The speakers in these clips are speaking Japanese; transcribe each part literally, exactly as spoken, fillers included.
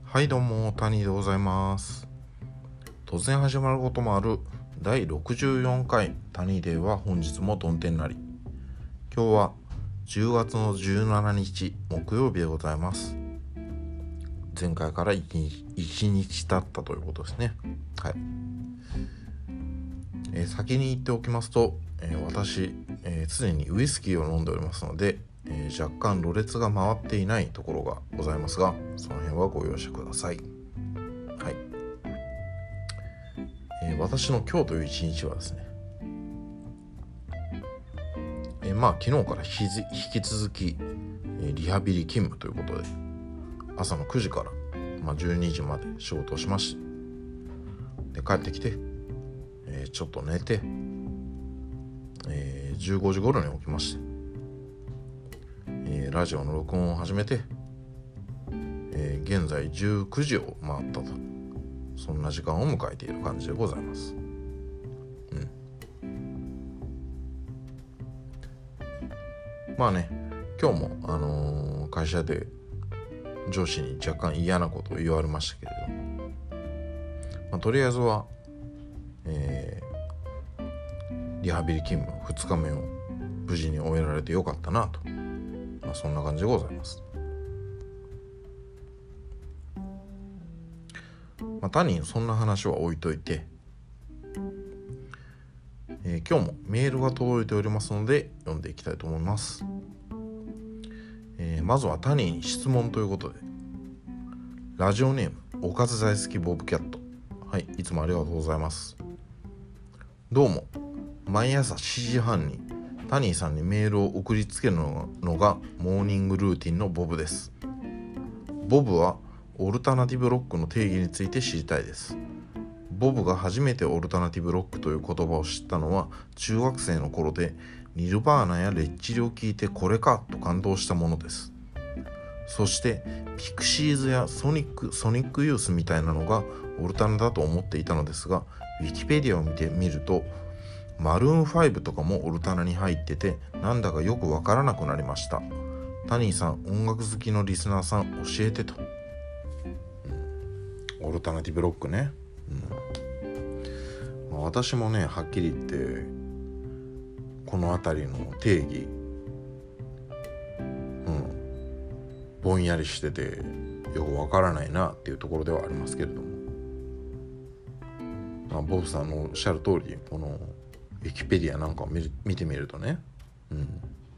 はいどうも、谷でございます。突然始まることもあるだいろくじゅうよんかい谷では本日もどん天なり。今日はじゅうがつのじゅうしちにち木曜日でございます。前回からいちにち経ったということですね。はい。えー、先に言っておきますと、えー、私、えー、常にウイスキーを飲んでおりますので、えー、若干ろれつが回っていないところがございますが、その辺はご容赦ください。はい。えー、私の今日という一日はですね、えー、まあ昨日から引き続き、えー、リハビリ勤務ということで、朝のくじから、まあ、じゅうにじまで仕事をしまして、で帰ってきて、えー、ちょっと寝て、えー、じゅうごじ頃に起きまして、えー、ラジオの録音を始めて、えー、現在じゅうくじを回ったと、そんな時間を迎えている感じでございます。うん。まあね、今日も、あのー、会社で上司に若干嫌なことを言われましたけれども、まあ、とりあえずは、えー、リハビリ勤務ふつかめを無事に終えられてよかったなと、まあ、そんな感じでございます。まあ、他人そんな話は置いといて、えー、今日もメールが届いておりますので読んでいきたいと思います。えー、まずは他人に質問ということで、ラジオネームおかず大好きボブキャット、はい、いつもありがとうございます。どうも、毎朝しちじはんにタニーさんにメールを送りつけるのがモーニングルーティンのボブです。ボブはオルタナティブロックの定義について知りたいです。ボブが初めてオルタナティブロックという言葉を知ったのは中学生の頃で、ニルバーナやレッチリを聞いてこれかと感動したものです。そしてピクシーズやソニック、ソニックユースみたいなのがオルタナだと思っていたのですが、ウィキペディアを見てみるとマルーンファイブとかもオルタナに入ってて、なんだかよくわからなくなりました。タニーさん、音楽好きのリスナーさん教えてと、うん、オルタナティブロックね、うん、まあ、私もねはっきり言ってこの辺りの定義、うん、ぼんやりしててよくわからないなっていうところではありますけれども、まあ、ボブさんのおっしゃる通り、このウィキペディアなんかを 見, 見てみるとね、うん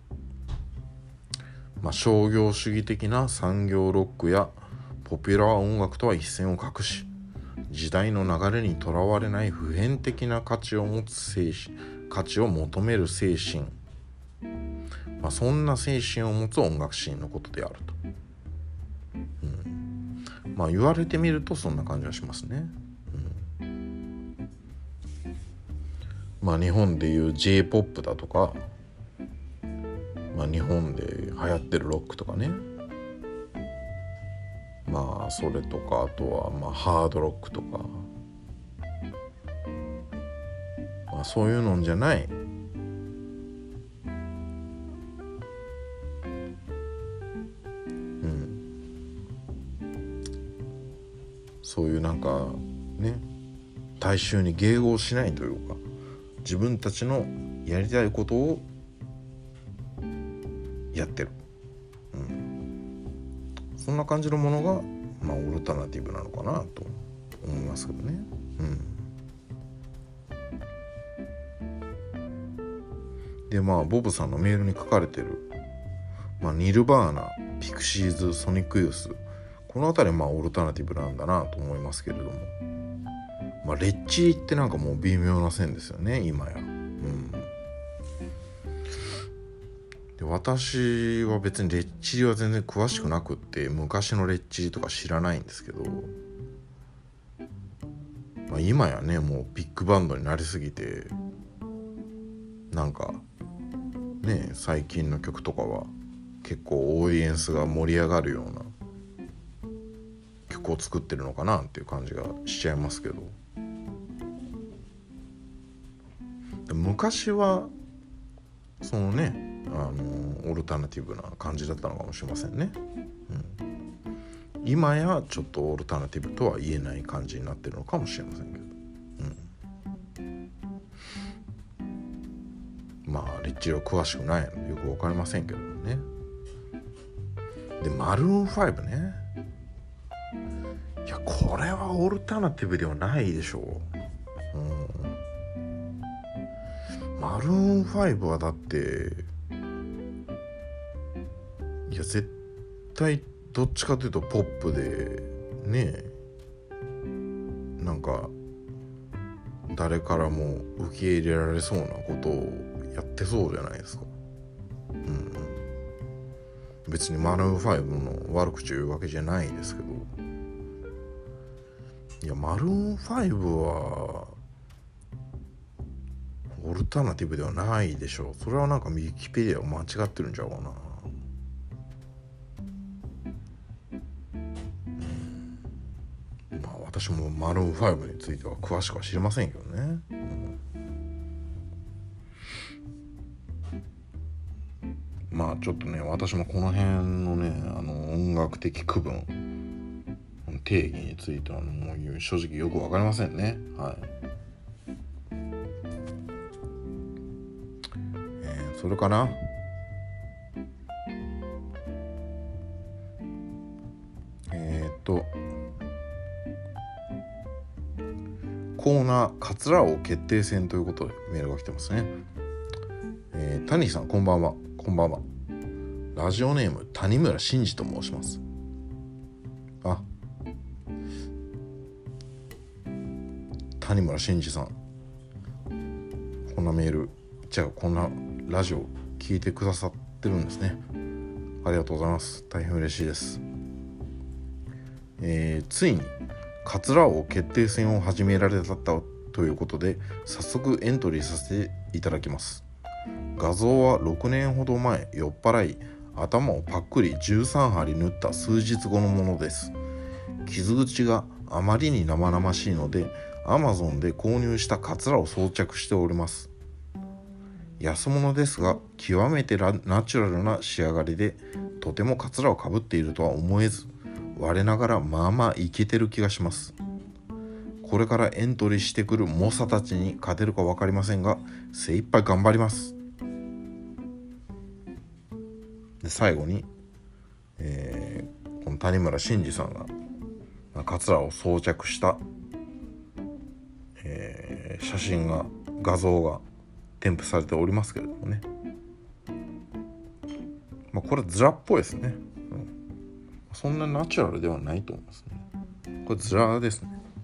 まあ、商業主義的な産業ロックやポピュラー音楽とは一線を画し、時代の流れにとらわれない普遍的な価値を持つ精神、価値を求める精神、まあ、そんな精神を持つ音楽シーンのことであると、うん、まあ言われてみるとそんな感じがしますね。うん、まあ日本でいう J-ポップ だとか、まあ、日本で流行ってるロックとかね、まあそれとか、あとはまあハードロックとか、まあそういうのんじゃない、うん、そういうなんかね、大衆に迎合しないというか、自分たちのやりたいことをやってる、うん、そんな感じのものが、まあ、オルタナティブなのかなと思いますけどね、うん、でまあボブさんのメールに書かれてる、まあ、ニルバーナ、ピクシーズ、ソニックユース、このあたりはまあオルタナティブなんだなと思いますけれども、まあ、レッチリってなんかもう微妙な線ですよね今や、うん、で私は別にレッチリは全然詳しくなくって、昔のレッチリとか知らないんですけど、まあ、今やねもうビッグバンドになりすぎて、なんかね最近の曲とかは結構オーディエンスが盛り上がるような曲を作ってるのかなっていう感じがしちゃいますけど、昔はそのねあのオルタナティブな感じだったのかもしれませんね、 今やちょっとオルタナティブとは言えない感じになってるのかもしれませんけど、うん、まあリッチは詳しくないのでよく分かりませんけどね。でマルーンファイブね、いやこれはオルタナティブではないでしょう、うん、マルーンファイブはだっていや絶対どっちかというとポップでね、なんか誰からも受け入れられそうなことをやってそうじゃないですか。うん、別にマルーンファイブの悪口言うわけじゃないですけど、いやマルーンファイブはオルタナティブではないでしょう。それはなんかウィキペディアを間違ってるんちゃうかな。私もマルーンファイブについては詳しくは知りませんけどね、うん、まあちょっとね私もこの辺のねあの音楽的区分定義についてはもう正直よくわかりませんね。はい、えー、それかなえー、っとコーナーカツラ王決定戦ということでメールが来てますね。えー、谷さんこんばんは。こんばんは。ラジオネーム谷村新司と申します。あ、谷村新司さん、こんなメールじゃあこんなラジオ聞いてくださってるんですね。ありがとうございます。大変嬉しいです。えー、ついにカツラ王決定戦を始められたということで早速エントリーさせていただきます。画像はろくねんほど前酔っ払い頭をパックリじゅうさんはり縫った数日後のものです。傷口があまりに生々しいので Amazon で購入したカツラを装着しております。安物ですが極めてナチュラルな仕上がりでとてもカツラをかぶっているとは思えず我ながらまあまあイケてる気がします。これからエントリーしてくる猛者たちに勝てるか分かりませんが精一杯頑張ります。で最後に、えー、この谷村新司さんがカツラを装着した、えー、写真が画像が添付されておりますけれどもね、まあ、これズラっぽいですね、うん、そんなナチュラルではないと思いますね。これズラですね、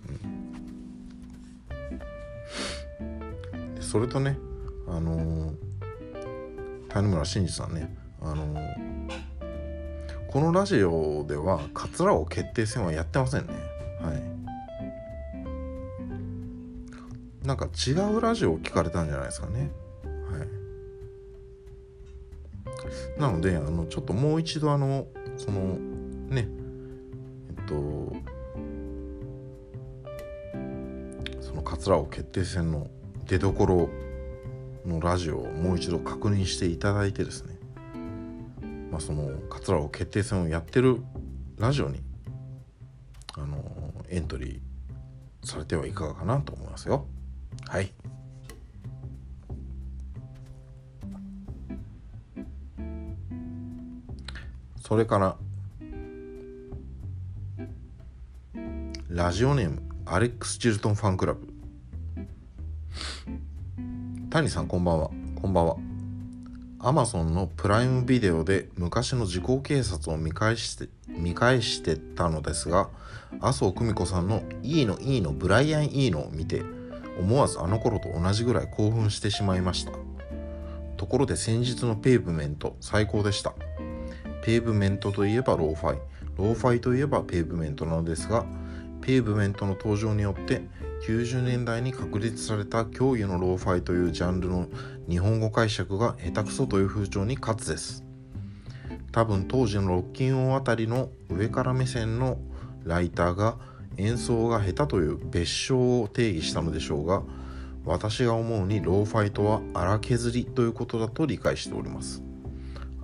うん、でそれとねあのー、谷村新司さんねあのー、このラジオではカツラ王決定戦はやってませんね。はい、なんか違うラジオを聞かれたんじゃないですかね。はい、なのであのちょっともう一度あのそのねえっとそのカツラ王決定戦の出どころのラジオをもう一度確認していただいてですね、まあ、そのカツラ王決定戦をやってるラジオにあのエントリーされてはいかがかなと思いますよ。はい。それからラジオネームアレックス・チルトンファンクラブ。谷さんこんばんは。こんばんは。Amazon のプライムビデオで昔の時効警察を見返して見返してたのですが、麻生久美子さんのいいのいいのブライアンいいのを見て思わずあの頃と同じぐらい興奮してしまいました。ところで先日のペーブメント最高でした。ペーブメントといえばローファイ、ローファイといえばペーブメントなのですが、ペーブメントの登場によってきゅうじゅうねんだいに確立された驚異のローファイというジャンルの日本語解釈が下手くそという風潮に勝つです。多分当時のロッキンオンあたりの上から目線のライターが演奏が下手という別称を定義したのでしょうが、私が思うにローファイとは荒削りということだと理解しております。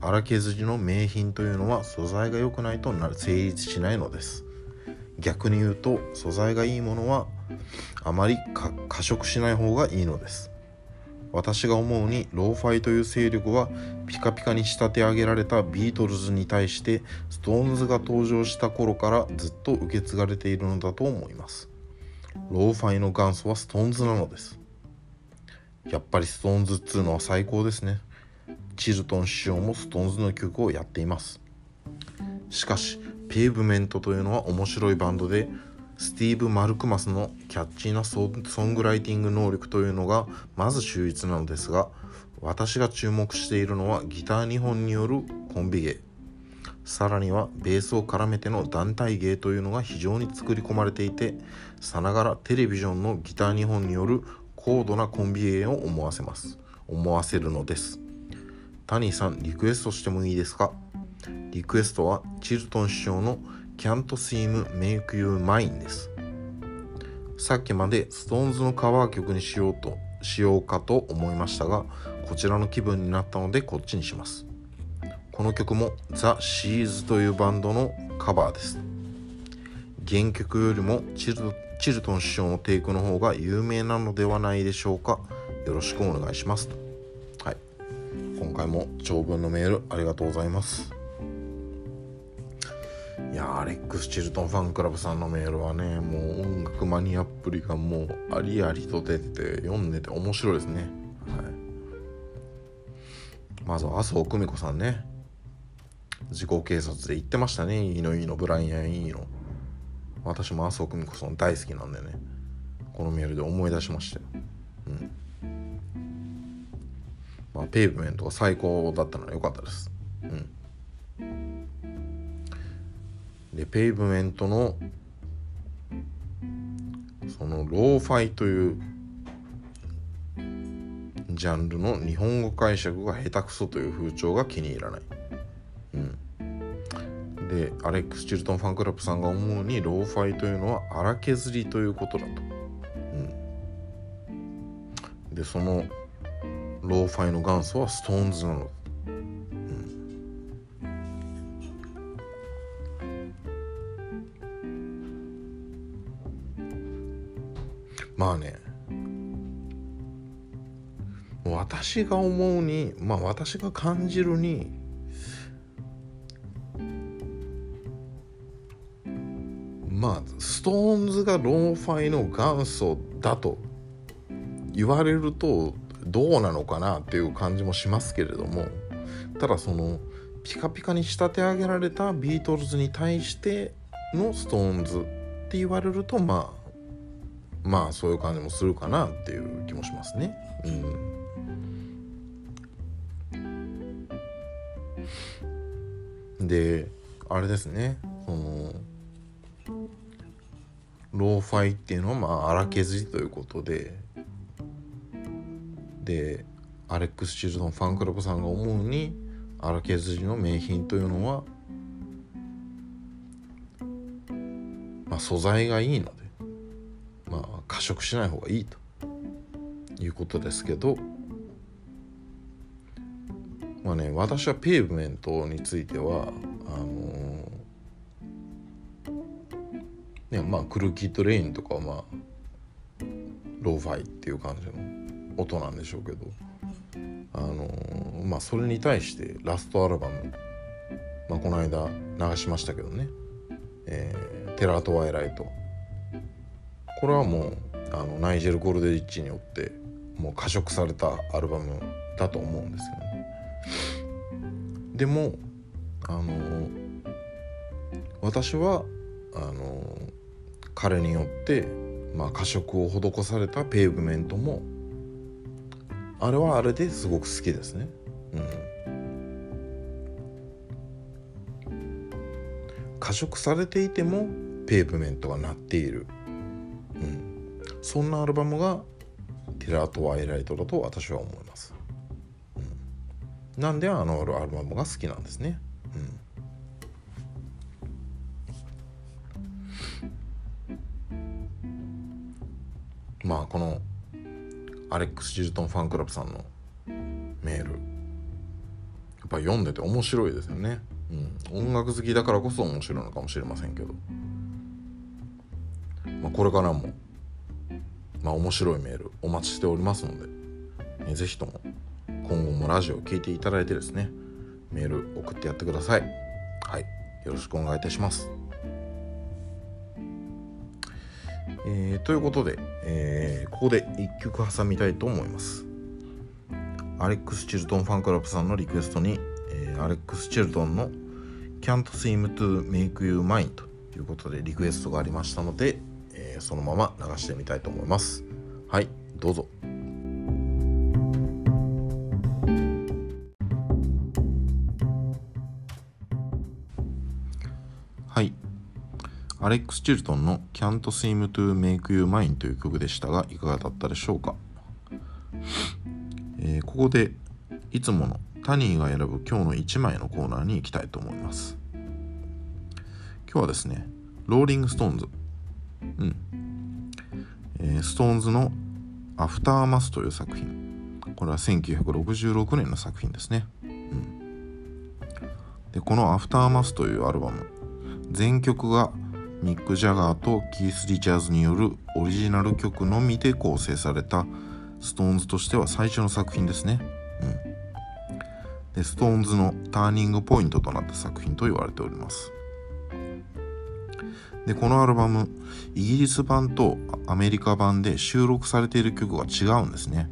荒削りの名品というのは素材が良くないと成立しないのです。逆に言うと素材がいいものはあまり過食しない方がいいのです。私が思うにローファイという勢力はピカピカに仕立て上げられたビートルズに対してストーンズが登場した頃からずっと受け継がれているのだと思います。ローファイの元祖はストーンズなのです。やっぱりストーンズっつうのは最高ですね。チルトン師匠もストーンズの曲をやっています。しかしペーブメントというのは面白いバンドで、スティーブ・マルクマスのキャッチーなソングライティング能力というのがまず秀逸なのですが、私が注目しているのはギターにほんによるコンビ芸、さらにはベースを絡めての団体芸というのが非常に作り込まれていて、さながらテレビジョンのギターにほんによる高度なコンビ芸を思わせます思わせるのです。タニーさん、リクエストしてもいいですか？リクエストはチルトン師匠の Can't Seem Make You Mine です。さっきまでストーンズのカバー曲にしようとしようかと思いましたが、こちらの気分になったのでこっちにします。この曲もザ・シーズというバンドのカバーです。原曲よりもチル、チルトン師匠のテイクの方が有名なのではないでしょうか。よろしくお願いします。はい、今回も長文のメールありがとうございます。いやアレックス・チルトンファンクラブさんのメールはね、もう音楽マニアっぷりがもうありありと出てて、読んでて面白いですね。はい、まずは麻生久美子さんね、自己警察で言ってましたね。いいのいいのブライアンいいの。私も麻生久美子さん大好きなんでね、このメールで思い出しましたよ。うん。まあペーブメントが最高だったのは良かったです。うん。でペーブメントのそのローファイというジャンルの日本語解釈が下手くそという風潮が気に入らない。うん。でアレックス・チルトンファンクラブさんが思うにローファイというのは荒削りということだと。うん。でそのローファイの元祖はストーンズなの。まあね、私が思うに、まあ私が感じるに、まあストーンズがローファイの元祖だと言われるとどうなのかなっていう感じもしますけれども、ただそのピカピカに仕立て上げられたビートルズに対してのストーンズって言われると、まあまあそういう感じもするかなっていう気もしますね。うん、であれですね、そのローファイっていうのはまあ荒削りということで、でアレックス・チルトンファンクラブさんが思うに荒削りの名品というのは、まあ、素材がいいので、まあ、過食しない方がいいということですけど、まあね、私はペーブメントについてはあのー、ねまあクルーキッド・レインとかはまあローファイっていう感じの音なんでしょうけど、あのー、まあそれに対してラストアルバム、まあ、この間流しましたけどね、えー、テラート・ワイライト、これはもうあのナイジェル・ゴルデリッチによってもう過食されたアルバムだと思うんですよね。でもあのー、私はあのー、彼によってまあ過食を施されたペーブメントもあれはあれですごく好きですね。うん、過食されていてもペーブメントが鳴っている、うん、そんなアルバムがテラート・ワイライトだと私は思います。うん、なんであのアルバムが好きなんですね。うん、まあこのアレックス・チルトンファンクラブさんのメール、 ぱ読んでて面白いですよね、うん、音楽好きだからこそ面白いのかもしれませんけど、まあ、これからも、まあ、面白いメールお待ちしておりますので、えぜひとも今後もラジオを聞いていただいてですね、メール送ってやってください。はい、よろしくお願いいたします。えー、ということで、えー、ここで一曲挟みたいと思います。アレックス・チルトンファンクラブさんのリクエストに、えー、アレックス・チルトンの Can't Seem to Make You Mine ということでリクエストがありましたので、えー、そのまま流してみたいと思います。はい、どうぞ。はい、アレックス・チルトンの Can't Seem to Make You Mine という曲でしたが、いかがだったでしょうか。えー、ここでいつものタニーが選ぶ今日のいちまいのコーナーに行きたいと思います。今日はですね、ローリングストーンズ、うん、えー、ストーンズのアフターマスという作品、これはせんきゅうひゃくろくじゅうろくねんの作品ですね、うん、でこのアフターマスというアルバム、全曲がミック・ジャガーとキース・リチャーズによるオリジナル曲のみで構成されたストーンズとしては最初の作品ですね、うん、でストーンズのターニングポイントとなった作品と言われております。でこのアルバム、イギリス版とアメリカ版で収録されている曲が違うんですね、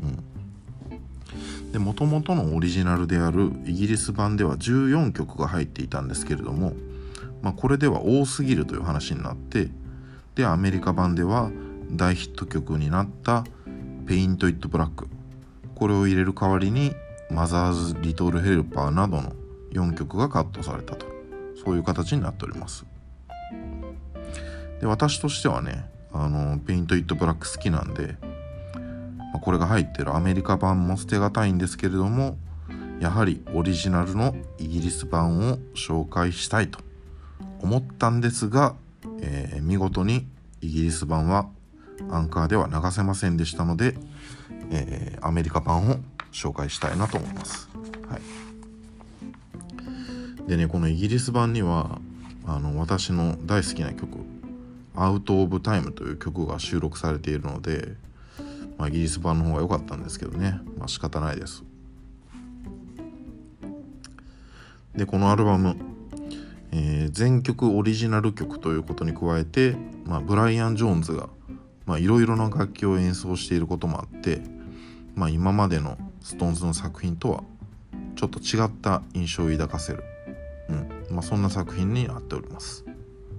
うん、で元々のオリジナルであるイギリス版ではじゅうよんきょくが入っていたんですけれども、まあ、これでは多すぎるという話になって、でアメリカ版では大ヒット曲になったペイント・イット・ブラック、これを入れる代わりにマザーズ・リトル・ヘルパーなどのよんきょくがカットされたと、そういう形になっております。で私としてはね、あのペイント・イット・ブラック好きなんで、まあ、これが入ってるアメリカ版も捨てがたいんですけれども、やはりオリジナルのイギリス版を紹介したいと思ったんですが、えー、見事にイギリス版はアンカーでは流せませんでしたので、えー、アメリカ版を紹介したいなと思います。はい、でね、このイギリス版にはあの私の大好きな曲アウト・オブ・タイムという曲が収録されているので、まあ、イギリス版の方が良かったんですけどね、まあ仕方ないです。でこのアルバム、えー、全曲オリジナル曲ということに加えて、まあ、ブライアン・ジョーンズがいろいろな楽器を演奏していることもあって、まあ、今までのストーンズの作品とはちょっと違った印象を抱かせる、うんまあ、そんな作品になっております。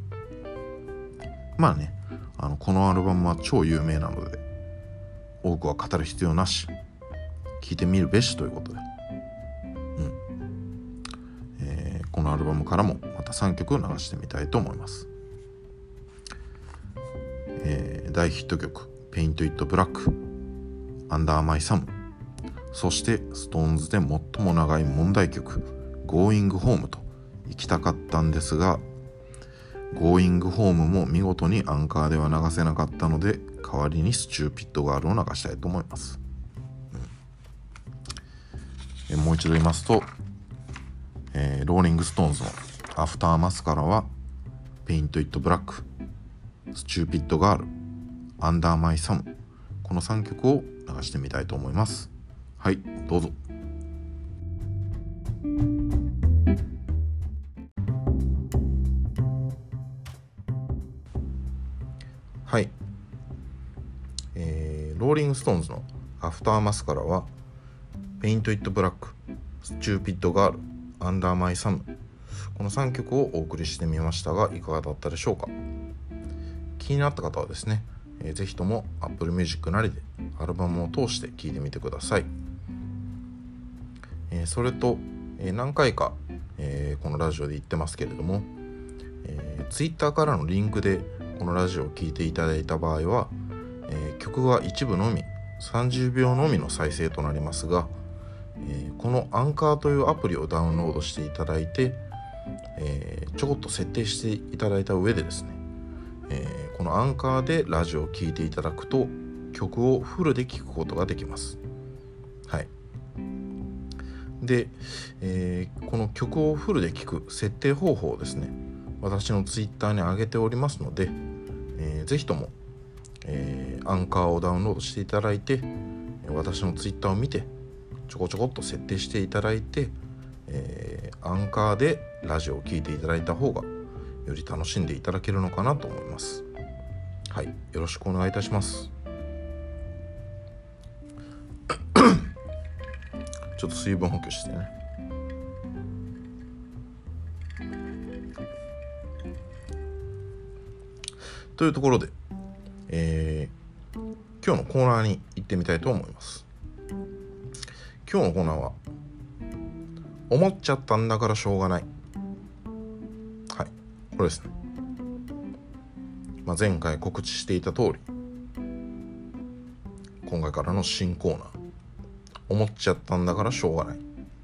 まあね、あのこのアルバムは超有名なので多くは語る必要なし、聴いてみるべしということで、うんえー、このアルバムからもまたさんきょく流してみたいと思います。えー、大ヒット曲ペイント・イット・ブラック、アンダー・マイ・サム、そしてストーンズで最も長い問題曲 Going Home と行きたかったんですが、 Going Home も見事にアンカーでは流せなかったので、代わりにスチューピッドガールを流したいと思います、うん、えもう一度言いますと、えー、ローリングストーンズのアフターマスからはペイント・イット・ブラック、スチューピッドガール、アンダーマイサム、このさんきょくを流してみたいと思います。はい、どうぞ。はい、えー、ローリングストーンズのアフターマスからはペイント・イット・ブラック、スチューピッドガール、アンダーマイサム、このさんきょくをお送りしてみましたが、いかがだったでしょうか。気になった方はですね、えー、ぜひとも Apple Music なりでアルバムを通して聴いてみてください。えー、それと、えー、何回か、えー、このラジオで言ってますけれども、えー、Twitter からのリンクでこのラジオを聴いていただいた場合は、えー、曲は一部のみさんじゅうびょうのみの再生となりますが、えー、このアンカーというアプリをダウンロードしていただいて、えー、ちょこっと設定していただいた上でですね、えー、このアンカーでラジオを聴いていただくと曲をフルで聴くことができます。はい。 で、えー、この曲をフルで聴く設定方法をですね、私のツイッターに上げておりますので、えー、ぜひとも、えー、アンカーをダウンロードしていただいて、私のツイッターを見てちょこちょこっと設定していただいて、えー、アンカーでラジオを聴いていただいた方がより楽しんでいただけるのかなと思います。はい、よろしくお願いいたします。ちょっと水分補給してね。というところで、えー、今日のコーナーに行ってみたいと思います。今日のコーナーは思っちゃったんだからしょうがない。はい、これですね。まあ、前回告知していた通り、今回からの新コーナー、思っちゃったんだからしょうがない。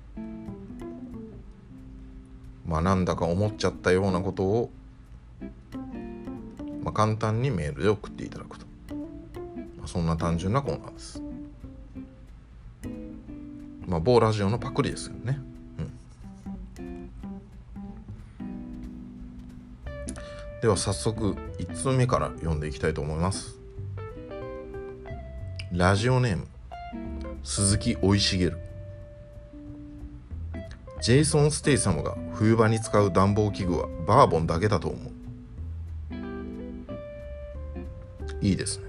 まあなんだか思っちゃったようなことを、まあ、簡単にメールで送っていただくと、まあ、そんな単純なコーナーです。まあ某ラジオのパクリですよね。うん、では早速いちつうめから読んでいきたいと思います。ラジオネーム鈴木生い茂る。ジェイソン・ステイサムが冬場に使う暖房器具はバーボンだけだと思う。いいです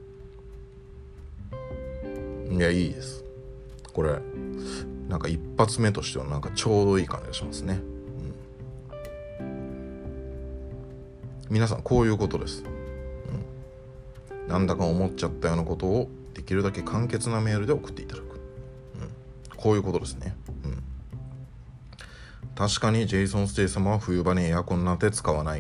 ね。いや、いいです。これなんか一発目としてはなんかちょうどいい感じがしますね。うん、皆さんこういうことです。うん、なんだか思っちゃったようなことをできるだけ簡潔なメールで送っていただく。うん、こういうことですね。うん、確かにジェイソン・ステイ様は冬場にエアコンなんて使わない。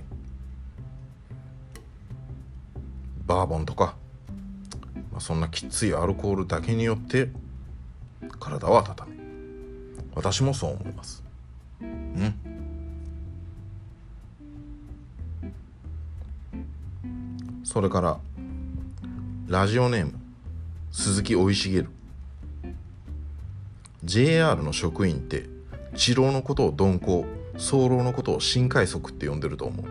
バーボンとか、まあ、そんなきついアルコールだけによって体を温め、私もそう思います。うん。それからラジオネーム鈴木生い茂る。 ジェイアール の職員って治療のことを鈍行、早漏のことを新快速って呼んでると思う。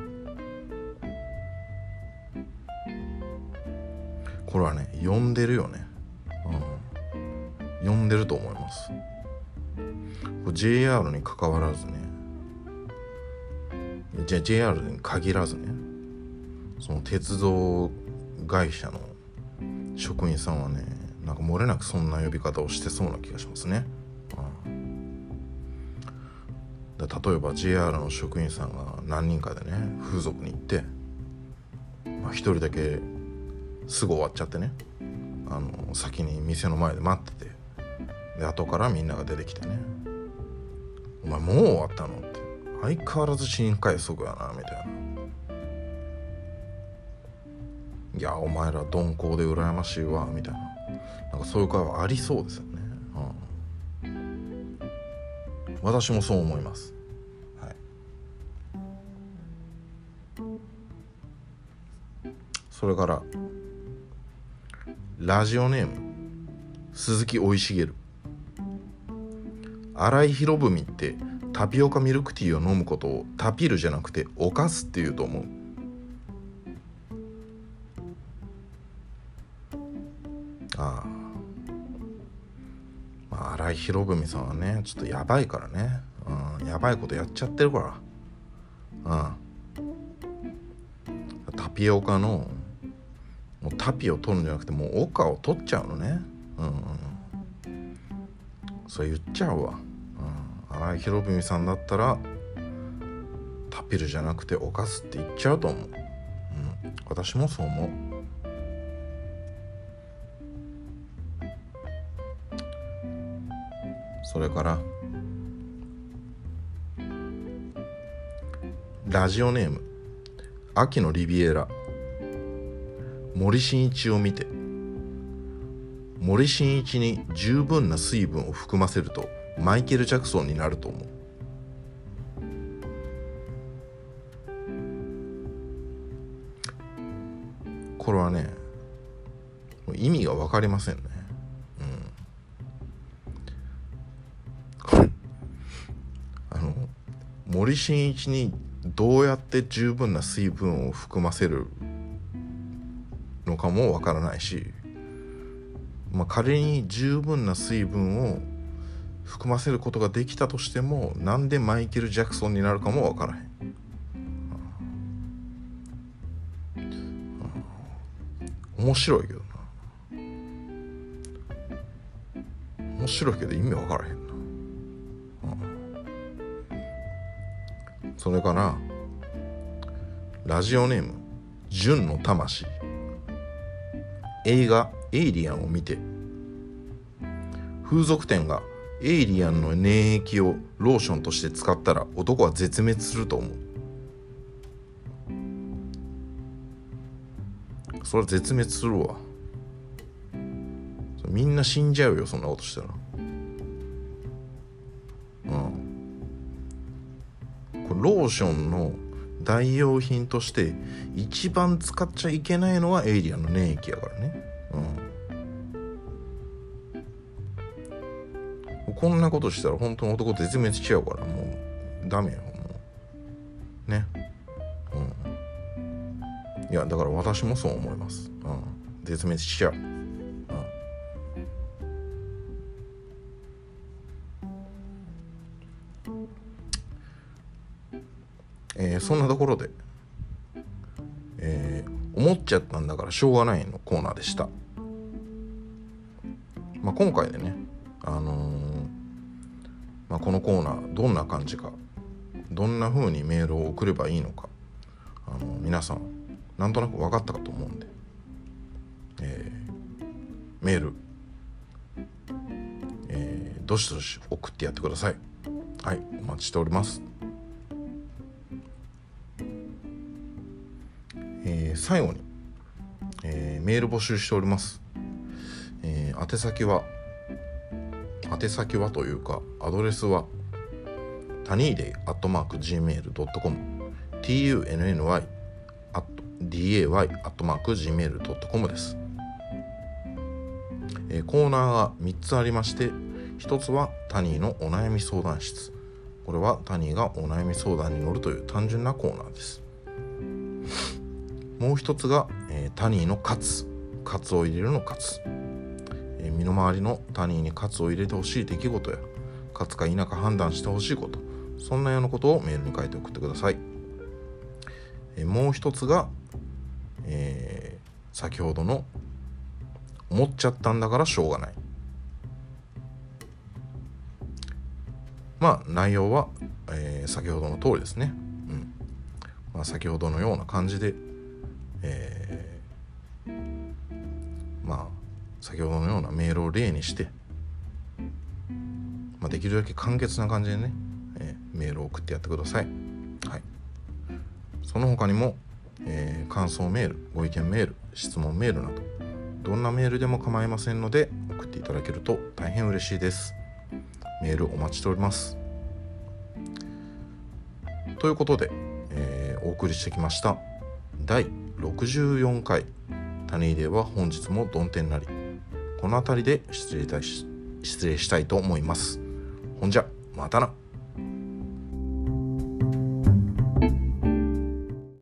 これはね、呼んでるよね。うん、呼んでると思います。これ ジェイアール に関わらずね、じゃ ジェイアール に限らずね、その鉄道会社の職員さんはね、なんか漏れなくそんな呼び方をしてそうな気がしますね。うん、だ例えば ジェイアール の職員さんが何人かでね風俗に行って、まあ、一人だけすぐ終わっちゃってね、あの先に店の前で待ってて、で後からみんなが出てきてね、お前もう終わったのって、相変わらず新快速やなみたいな、いやお前ら鈍行で羨ましいわみたいな、なんかそういう会話ありそうですよね。うん、私もそう思います。はい、それからラジオネーム鈴木生い茂る。荒井博文ってタピオカミルクティーを飲むことをタピルじゃなくておかすって言うと思う。ああ、まあ、荒井博文さんはねちょっとやばいからね、うん、やばいことやっちゃってるから、うん、タピオカのもうタピを取るんじゃなくてもうオカを取っちゃうのね。うんうん、それ言っちゃうわ。うん、荒井博文さんだったらタピルじゃなくておかすって言っちゃうと思う。うん、私もそう思う。それからラジオネーム秋のリビエラ。森進一を見て、森進一に十分な水分を含ませるとマイケル・ジャクソンになると思う。これはね意味が分かりませんね。うん、 森進一にどうやって十分な水分を含ませるのかもわからないし、まあ、仮に十分な水分を含ませることができたとしても、なんでマイケル・ジャクソンになるかもわからへん。面白いけどな。面白いけど意味わからへんな。それからラジオネーム純の魂。映画エイリアンを見て、風俗店がエイリアンの粘液をローションとして使ったら男は絶滅すると思う。それは絶滅するわ。みんな死んじゃうよ、そんなことしたら。うんこれローションの代用品として一番使っちゃいけないのはエイリアンの粘液やからね。うん、こんなことしたら本当に男絶滅しちゃうから、もうダメよ、もうね。うん、いやだから私もそう思います。うん、絶滅しちゃう。えー、そんなところで、えー、思っちゃったんだからしょうがないのコーナーでした。まあ、今回でね、あのーまあ、このコーナーどんな感じか、どんな風にメールを送ればいいのか、あのー、皆さんなんとなく分かったかと思うんで、えー、メール、えー、どしどし送ってやってください。はい、お待ちしております。えー、最後に、えー、メール募集しております。えー、宛先は宛先はというかアドレスはタニーデイアットマーク ジーメールドットコム タニーデイ アットマーク ジーメールドットコム です。えー、コーナーがみっつありまして、ひとつはタニーのお悩み相談室。これはタニーがお悩み相談に乗るという単純なコーナーです。もう一つが、えー、タニーのカツカツを入れるのカツ、えー、身の回りのタニーにカツを入れてほしい出来事やカツか否か判断してほしいこと、そんなようなことをメールに書いて送ってください。えー、もう一つが、えー、先ほどの思っちゃったんだからしょうがない。まあ内容は、えー、先ほどの通りですね。うんまあ、先ほどのような感じで、えー、まあ先ほどのようなメールを例にして、まあ、できるだけ簡潔な感じでね、えー、メールを送ってやってください。はい。その他にも、えー、感想メール、ご意見メール、質問メールなどどんなメールでも構いませんので送っていただけると大変嬉しいです。メールお待ちしております。ということで、えー、お送りしてきましただいろくじゅうよんかいタニーデーは本日も曇天なり、この辺りで失礼いたし失礼したいと思います。ほんじゃまたな。